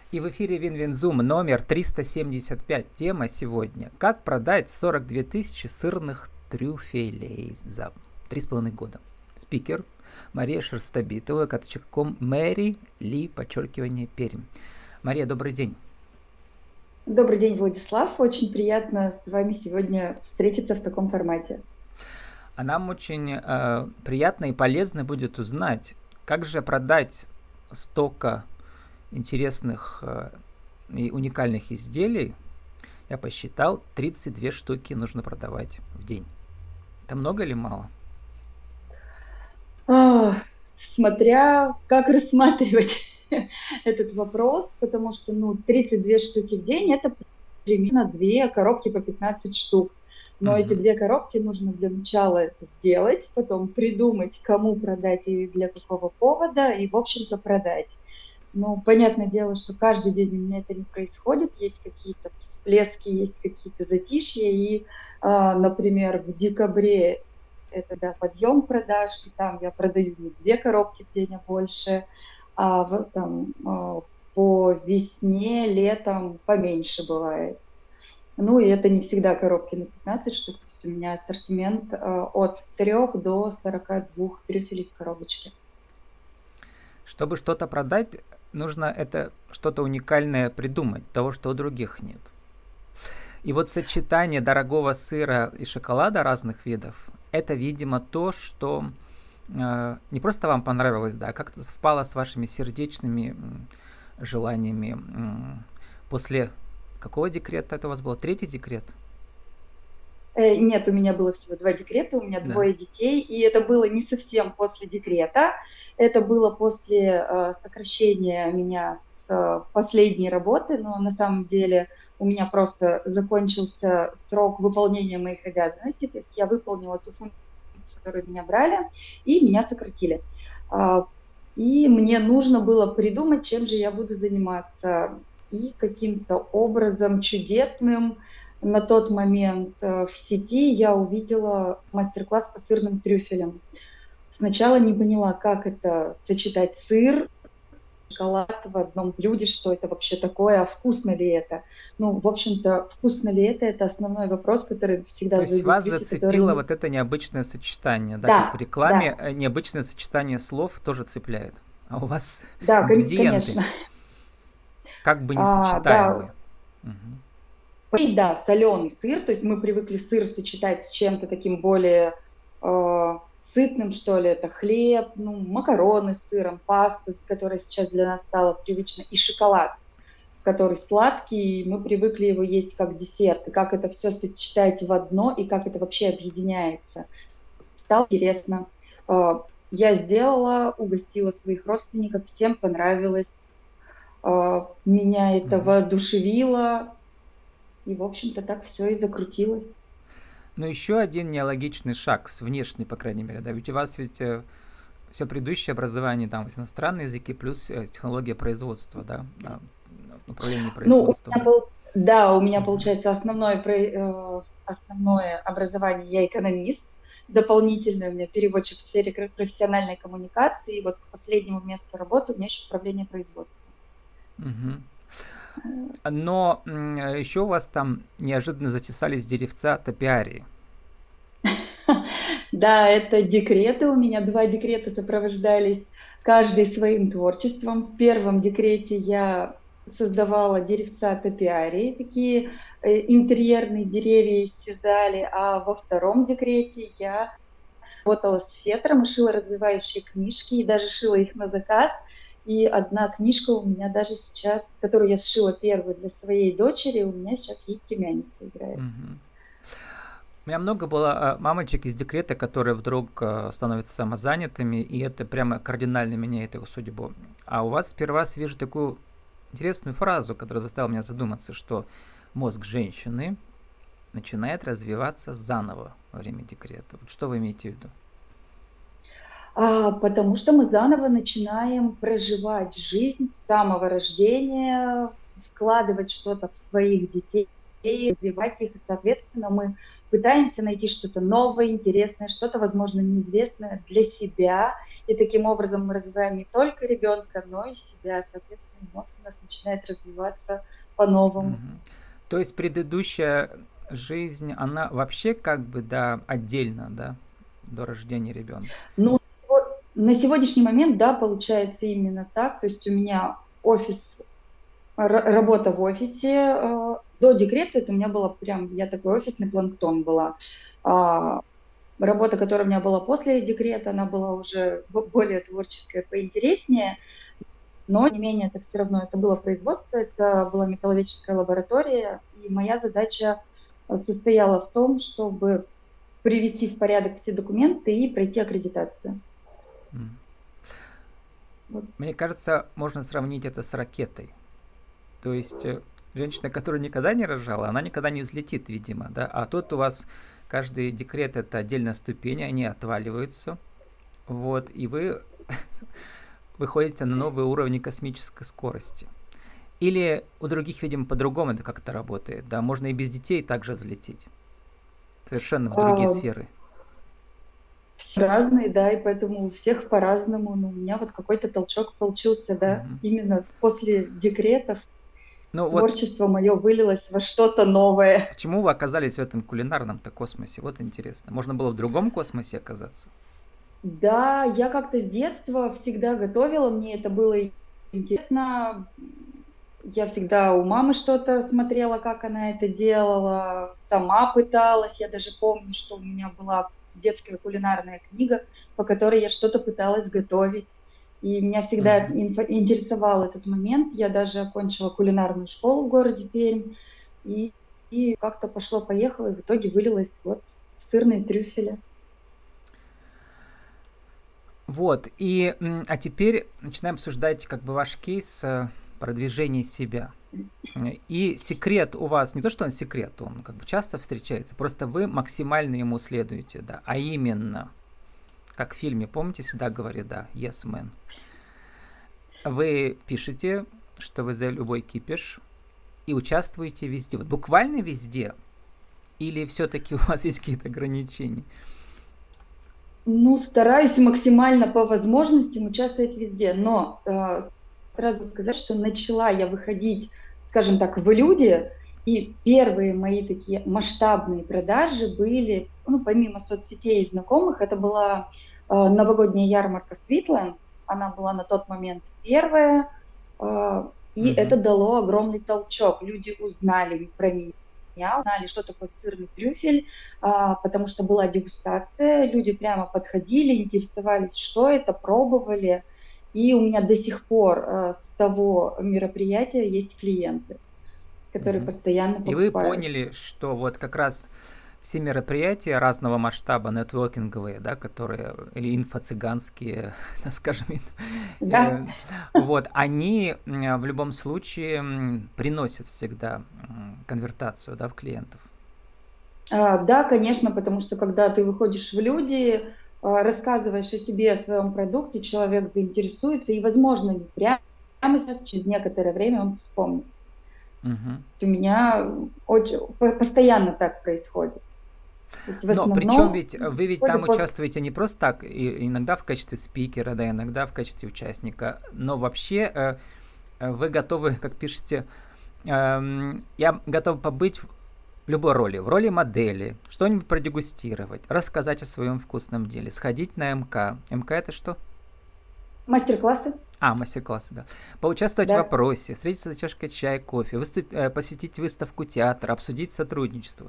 И в эфире Винвинзум номер 375. Тема сегодня: как продать 42 тысячи сырных трюфелей за 3,5 года. Спикер Мария Шерстобитова, @.com Мэри Ли, Пермь. Мария, добрый день. Добрый день, Владислав. Очень приятно с вами сегодня встретиться в таком формате. А нам очень приятно и полезно будет узнать, как же продать столько интересных и уникальных изделий. Я посчитал, 32 штуки нужно продавать в день. Это много или мало? Смотря как рассматривать этот вопрос, потому что 32 штуки в день – это примерно 2 коробки по 15 штук. Но эти 2 коробки нужно для начала сделать, потом придумать, кому продать и для какого повода, и, в общем-то, продать. Ну, понятное дело, что каждый день у меня это не происходит. Есть какие-то всплески, есть какие-то затишья. И, например, в декабре это подъем продаж, и там я продаю не 2 коробки в день, а больше. По весне, летом поменьше бывает. Ну, и это не всегда коробки на 15 штук. То есть у меня ассортимент от 3 до 42 трюфелей в коробочке. Чтобы что-то продать, нужно это что-то уникальное придумать, того, что у других нет. И вот сочетание дорогого сыра и шоколада разных видов, это, видимо, то, что не просто вам понравилось, да, а как-то совпало с вашими сердечными желаниями. После какого декрета это у вас было? 3-й декрет? Нет, у меня было всего 2 декрета, у меня 2 детей, и это было не совсем после декрета, это было после сокращения меня с последней работы, но на самом деле у меня просто закончился срок выполнения моих обязанностей, то есть я выполнила ту функцию, которую меня брали, и меня сократили. И мне нужно было придумать, чем же я буду заниматься, и каким-то образом чудесным на тот момент в сети я увидела мастер-класс по сырным трюфелям. Сначала не поняла, как это сочетать сыр, шоколад в одном блюде, что это вообще такое, а вкусно ли это? Ну, в общем-то, вкусно ли это основной вопрос, который всегда То есть задают вас люди, зацепило которые... вот это необычное сочетание, да, как в Да, рекламе, да, необычное сочетание слов тоже цепляет. А у вас да, ингредиенты конечно. как бы Да, несочетаемые. да, соленый сыр, то есть мы привыкли сыр сочетать с чем-то таким более сытным, что ли, это хлеб, макароны с сыром, паста, которая сейчас для нас стала привычна, и шоколад, который сладкий, и мы привыкли его есть как десерт, и как это все сочетать в одно, и как это вообще объединяется. Стало интересно. Я сделала, угостила своих родственников, всем понравилось, меня это воодушевило, и, в общем-то, так все и закрутилось. Но еще один неологичный шаг, с внешней, по крайней мере, да, ведь у вас все предыдущее образование, там, иностранные языки плюс технология производства, да, управление производством. У меня получается основное образование, я экономист, дополнительное у меня переводчик в сфере профессиональной коммуникации, и вот к последнему месту работы у меня еще управление производством. Но еще у вас там неожиданно затесались деревца топиарии. Да, это декреты. У меня 2 декрета сопровождались каждый своим творчеством. В первом декрете я создавала деревца топиарии, такие интерьерные деревья из сизали, а во втором декрете я работала с фетром и шила развивающие книжки, и даже шила их на заказ. И одна книжка у меня даже сейчас, которую я сшила первую для своей дочери, у меня сейчас ей племянница играет. У меня много было мамочек из декрета, которые вдруг становятся самозанятыми, и это прямо кардинально меняет их судьбу. А у вас сперва вижу такую интересную фразу, которая заставила меня задуматься, что мозг женщины начинает развиваться заново во время декрета. Вот что вы имеете в виду? Потому что мы заново начинаем проживать жизнь с самого рождения, вкладывать что-то в своих детей, развивать их, и, соответственно, мы пытаемся найти что-то новое, интересное, что-то, возможно, неизвестное для себя, и таким образом мы развиваем не только ребенка, но и себя, соответственно, мозг у нас начинает развиваться по-новому. То есть предыдущая жизнь, она вообще как бы, да, отдельно, да, до рождения ребенка? Ну, на сегодняшний момент, да, получается именно так, то есть у меня работа в офисе. До декрета это у меня была прям, я такой офисный планктон была. Работа, которая у меня была после декрета, она была уже более творческая, поинтереснее. Но, не менее, это все равно, это было производство, это была металлургическая лаборатория. И моя задача состояла в том, чтобы привести в порядок все документы и пройти аккредитацию. Вот. Мне кажется, можно сравнить это с ракетой. То есть женщина, которая никогда не рожала, она никогда не взлетит, видимо, да. А тут у вас каждый декрет это отдельная ступень, они отваливаются, вот, и вы выходите на новые уровни космической скорости. Или у других, видимо, по-другому это как-то работает, да, можно и без детей также взлететь, совершенно в другие сферы. Все разные, да, и поэтому у всех по-разному, но у меня вот какой-то толчок получился, да, именно после декретов. Творчество мое вылилось во что-то новое. Почему вы оказались в этом кулинарном-то космосе? Вот интересно. Можно было в другом космосе оказаться? Да, я как-то с детства всегда готовила, мне это было интересно. Я всегда у мамы что-то смотрела, как она это делала, сама пыталась. Я даже помню, что у меня была детская кулинарная книга, по которой я что-то пыталась готовить. И меня всегда интересовал этот момент. Я даже окончила кулинарную школу в городе Пермь. И как-то пошло-поехало, и в итоге вылилось вот в сырные трюфели. Вот, и а теперь начинаем обсуждать как бы ваш кейс продвижения себя. И секрет у вас, не то что он секрет, он как бы часто встречается, просто вы максимально ему следуете, да, а именно, как в фильме, помните, всегда говорят, да, yes man. Вы пишете, что вы за любой кипиш, и участвуете везде, вот буквально везде, или все-таки у вас есть какие-то ограничения? Ну, стараюсь максимально по возможностям участвовать везде, но сразу сказать, что начала я выходить, скажем так, в люди, и первые мои такие масштабные продажи были, ну, помимо соцсетей и знакомых, это была новогодняя ярмарка Sweetland, она была на тот момент первая, и это дало огромный толчок, люди узнали про меня, узнали, что такое сырный трюфель, потому что была дегустация, люди прямо подходили, интересовались, что это, пробовали, и у меня до сих пор с того мероприятия есть клиенты, которые постоянно покупают. И вы поняли, что вот как раз все мероприятия разного масштаба, нетворкинговые, да, которые, или инфо-цыганские, скажем, да. Вот, они в любом случае приносят всегда конвертацию, да, в клиентов. Да, конечно, потому что когда ты выходишь в люди, рассказываешь о себе, о своем продукте, человек заинтересуется, и, возможно, не прямо сейчас, через некоторое время он вспомнит. У меня постоянно так происходит. Но причем ведь вы ведь там участвуете не просто так, иногда в качестве спикера, да, иногда в качестве участника, но вообще вы готовы, как пишете, я готов побыть в любой роли, в роли модели, что-нибудь продегустировать, рассказать о своем вкусном деле, сходить на МК. МК это что? Мастер-классы. Мастер-классы, да. Поучаствовать в опросе, встретиться за чашкой чая, кофе, посетить выставку театра, обсудить сотрудничество.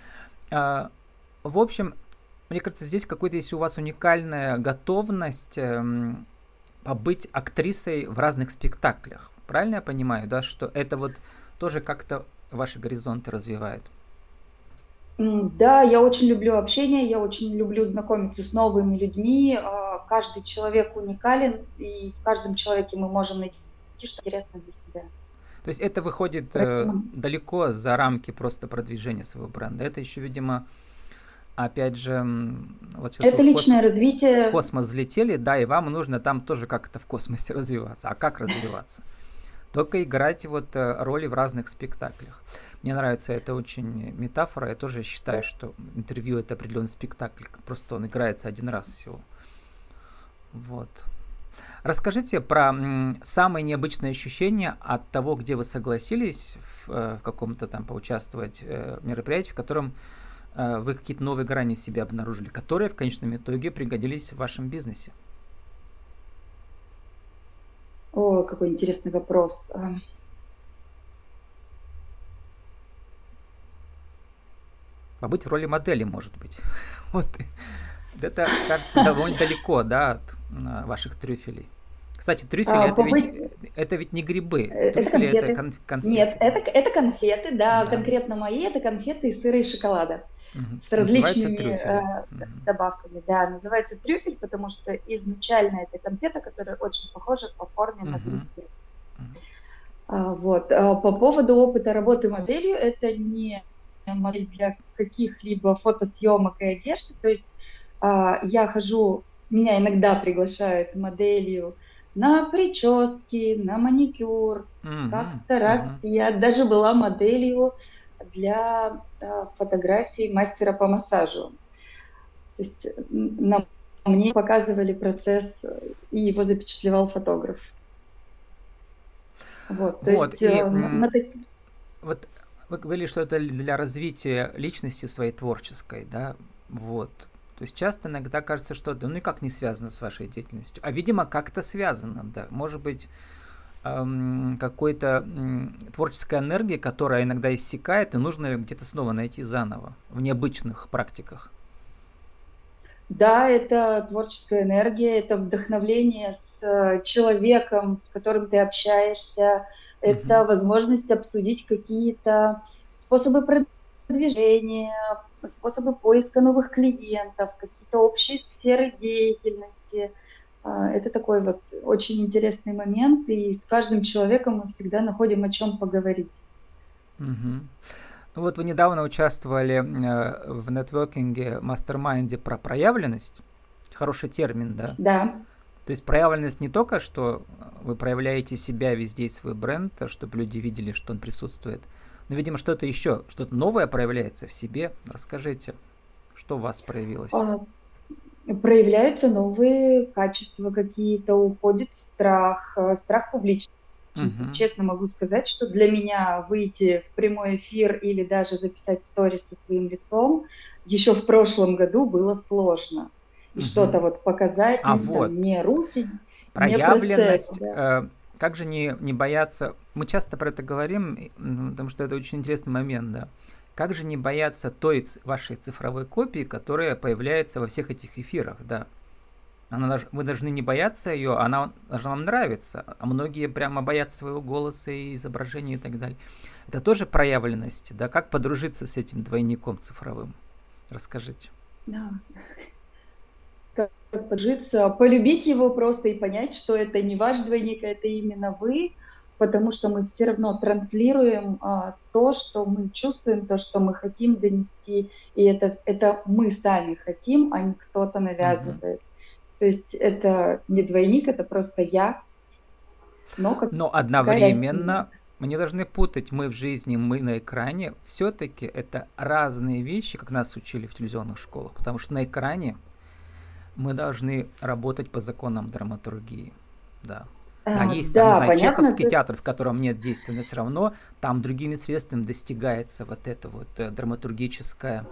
В общем, мне кажется, здесь какой-то есть у вас уникальная готовность побыть актрисой в разных спектаклях. Правильно я понимаю, да, что это вот тоже как-то ваши горизонты развивает? Да, я очень люблю общение, я очень люблю знакомиться с новыми людьми. Каждый человек уникален, и в каждом человеке мы можем найти что-то интересное для себя. То есть это выходит далеко за рамки просто продвижения своего бренда. Это еще, видимо, опять же, вот сейчас это личное развитие. В космос взлетели, да, и вам нужно там тоже как-то в космосе развиваться. А как развиваться? только играть вот роли в разных спектаклях. Мне нравится эта очень метафора. Я тоже считаю, что интервью это определенный спектакль. Просто он играется один раз всего. Вот. Расскажите про самые необычные ощущения от того, где вы согласились в каком-то там поучаствовать мероприятии, в котором вы какие-то новые грани в себе обнаружили, которые в конечном итоге пригодились в вашем бизнесе. О, какой интересный вопрос. Побыть в роли модели, может быть. Вот. Это, кажется, довольно далеко, да, от ваших трюфелей. Кстати, трюфели это ведь не грибы. Трюфели это конфеты. Нет, это конфеты, да, конкретно мои, это конфеты из сыра и шоколада. С различными добавками. Да, называется трюфель, потому что изначально это конфета, которая очень похожа по форме на трюфель. Вот. По поводу опыта работы моделью, это не модель для каких-либо фотосъемок и одежды. То есть я хожу, меня иногда приглашают моделью на прически, на маникюр. Как-то раз я даже была моделью для фотографий мастера по массажу. То есть мне показывали процесс, и его запечатлевал фотограф. Вот, то есть... Вот вы говорили, что это для развития личности своей творческой, да, вот. То есть часто иногда кажется, что это никак не связано с вашей деятельностью, а, видимо, как-то связано, да. Может быть, какой-то творческая энергия, которая иногда иссякает, и нужно ее где-то снова найти заново, в необычных практиках. Да, это творческая энергия, это вдохновление с человеком, с которым ты общаешься, это возможность обсудить какие-то способы продвижения, способы поиска новых клиентов, какие-то общие сферы деятельности. Это такой вот очень интересный момент, и с каждым человеком мы всегда находим о чем поговорить. Вот вы недавно участвовали в нетворкинге, мастер-майнде про проявленность. Хороший термин, да? Да. То есть проявленность не только, что вы проявляете себя везде, свой бренд, чтобы люди видели, что он присутствует, но, видимо, что-то еще, что-то новое проявляется в себе. Расскажите, что у вас проявилось? Проявляются новые качества какие-то, уходит страх публичности. Честно могу сказать, что для меня выйти в прямой эфир или даже записать сторис со своим лицом еще в прошлом году было сложно. И что-то вот показать, не руки, проявленность, не процесс, как же не бояться, мы часто про это говорим, потому что это очень интересный момент, да. Как же не бояться той вашей цифровой копии, которая появляется во всех этих эфирах, да. Вы должны не бояться ее, она должна вам нравиться. А многие прямо боятся своего голоса и изображения и так далее. Это тоже проявленность, да? Как подружиться с этим двойником цифровым? Расскажите. Да. Как подружиться, полюбить его просто и понять, что это не ваш двойник, а это именно вы, потому что мы все равно транслируем то, что мы чувствуем, то, что мы хотим донести, и это мы сами хотим, а не кто-то навязывает. То есть это не двойник, это просто я. Но одновременно мы не должны путать мы в жизни, мы на экране. Все-таки это разные вещи, как нас учили в телевизионных школах. Потому что на экране мы должны работать по законам драматургии. Да. Есть там, не знаю, чеховский театр, в котором нет действия, но все равно там другими средствами достигается вот это вот драматургическое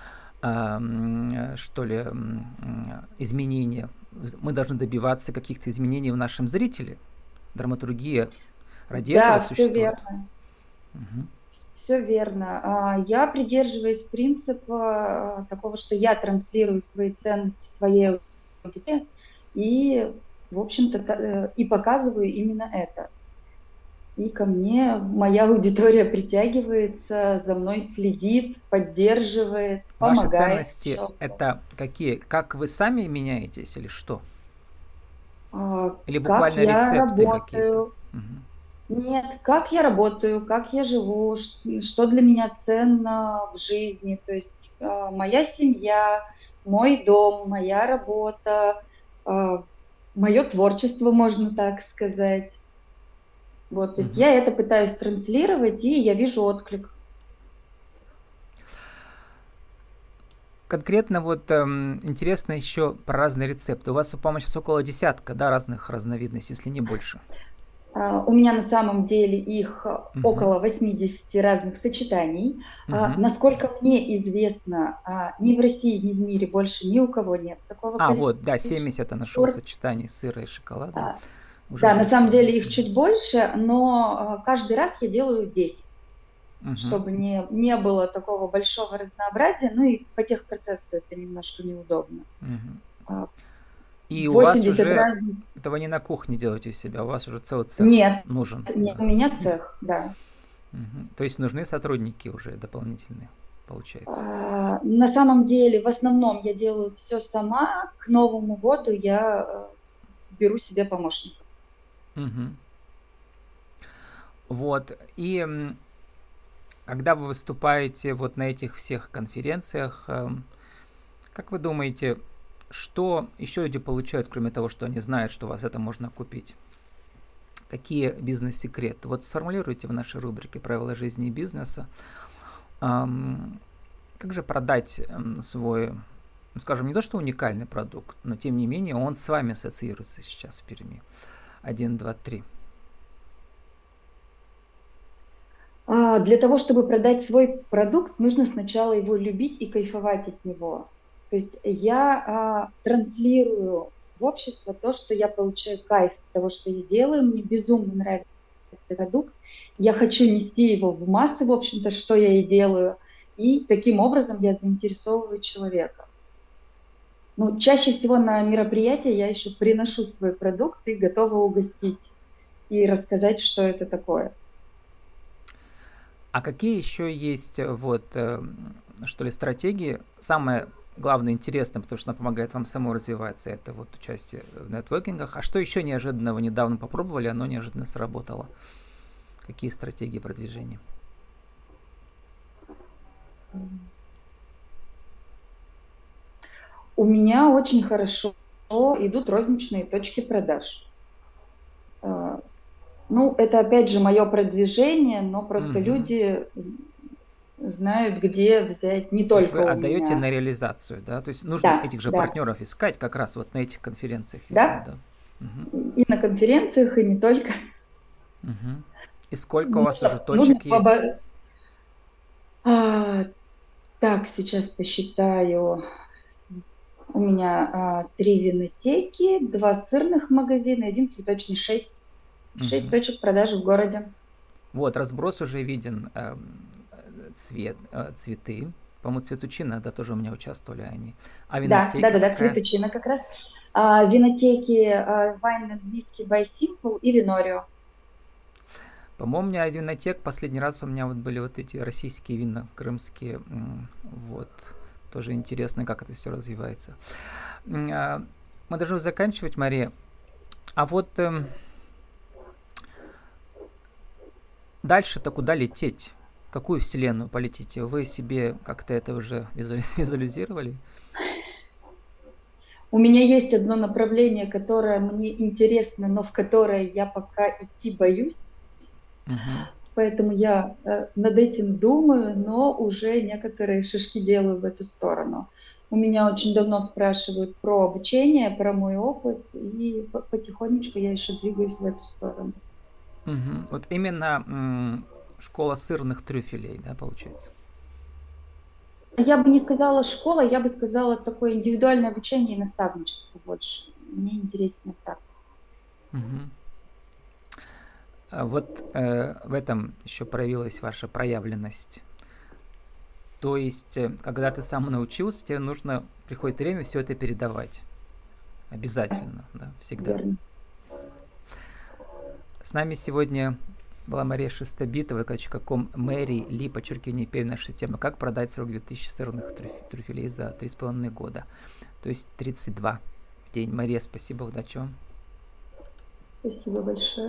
что ли, изменения. Мы должны добиваться каких-то изменений в нашем зрителе. Драматургия ради этого существует. Да, все верно. Все верно. Я придерживаюсь принципа такого, что я транслирую свои ценности своей аудитории и, в общем-то, и показываю именно это. И ко мне моя аудитория притягивается, за мной следит, поддерживает, помогает. Ваши ценности это какие? Как вы сами меняетесь или что? Или буквально рецепты какие-то? Нет, как я работаю, как я живу, что для меня ценно в жизни. То есть моя семья, мой дом, моя работа, мое творчество, можно так сказать. Вот, то есть Мгм. я это пытаюсь транслировать, и я вижу отклик. Конкретно вот интересно еще про разные рецепты. У вас, по-моему, сейчас около десятка, да, разных разновидностей, если не больше. У меня на самом деле их Мгм. около 80 разных сочетаний. Мгм. Насколько мне известно, ни в России, ни в мире больше ни у кого нет такого А, вот, да, количества 70 я нашел сортов. сочетаний сыра и шоколада. А, Уже Да, на больше, самом да. деле их чуть больше, но каждый раз я делаю 10, Мгм. чтобы не было такого большого разнообразия, ну и по техпроцессу это немножко неудобно. Мгм. А, И у вас 80 уже разных. этого не на кухне делаете у себя, у вас уже целый цех Нет, нужен, нет, да. у меня цех, да. Мгм. То есть нужны сотрудники уже дополнительные, получается. На самом деле, в основном я делаю все сама. К Новому году я беру себе помощников. Мгм. Вот. И когда вы выступаете вот на этих всех конференциях, как вы думаете, что еще люди получают, кроме того, что они знают, что у вас это можно купить? Какие бизнес-секреты? Вот сформулируйте в нашей рубрике «Правила жизни и бизнеса». Как же продать свой, ну, скажем, не то что уникальный продукт, но тем не менее он с вами ассоциируется сейчас в Перми. Один, два, три. Для того, чтобы продать свой продукт, нужно сначала его любить и кайфовать от него. То есть я транслирую в общество то, что я получаю кайф от того, что я делаю. Мне безумно нравится продукт. Я хочу нести его в массы, в общем-то, что я и делаю. И таким образом я заинтересовываю человека. Ну, чаще всего на мероприятия я еще приношу свой продукт и готова угостить и рассказать, что это такое. А какие еще есть вот, что ли, стратегии? Самое главное интересное, потому что она помогает вам самой развиваться, это вот участие в нетворкингах. А что еще неожиданного недавно попробовали, оно неожиданно сработало? Какие стратегии продвижения? У меня очень хорошо идут розничные точки продаж. Э, Ну, это опять же мое продвижение, но просто Мгм. люди знают, где взять не То есть вы только у отдаете меня. на реализацию, да? То есть нужно Да, этих же да, партнеров искать как раз вот на этих конференциях, видимо, да. да? Мгм. И на конференциях, и не только. Мгм. И сколько у вас уже Нужно точек есть? А, так, сейчас посчитаю. У меня 3 винотеки, 2 сырных магазина, 1 цветочный, 6. 6 Мгм. точек продажи в городе. Вот, разброс уже виден, цветы. По-моему, цветучина, да, тоже у меня участвовали они. А Да, да, винотека да, да, какая? цветочина как раз. Винотеки Wine and Whiskey by Simple и Винорио. По-моему, у меня из винотек последний раз у меня вот были вот эти российские вина, крымские. Вот. Тоже интересно, как это все развивается. Мы должны заканчивать, Мария. А вот дальше-то куда лететь? В какую вселенную полетите? Вы себе как-то это уже визуализировали? У меня есть одно направление, которое мне интересно, но в которое я пока идти боюсь, Мгм. поэтому я над этим думаю, но уже некоторые шажки делаю в эту сторону. У меня очень давно спрашивают про обучение, про мой опыт, и потихонечку я еще двигаюсь в эту сторону. Мгм. Вот именно школа сырных трюфелей, да, получается? Я бы не сказала школа, я бы сказала такое индивидуальное обучение и наставничество больше. Мне интереснее так. Мгм. А вот в этом еще проявилась ваша проявленность. То есть, когда ты сам научился, тебе нужно, приходит время все это передавать. Обязательно, да, всегда. Верно. С нами сегодня была Мария Шестобитова, ком Мэри Ли, подчеркивание, теперь наша тема «Как продать 42 000 сырных трюфелей за 3,5 года». То есть 32 в день. Мария, спасибо, удачи вам. Спасибо большое.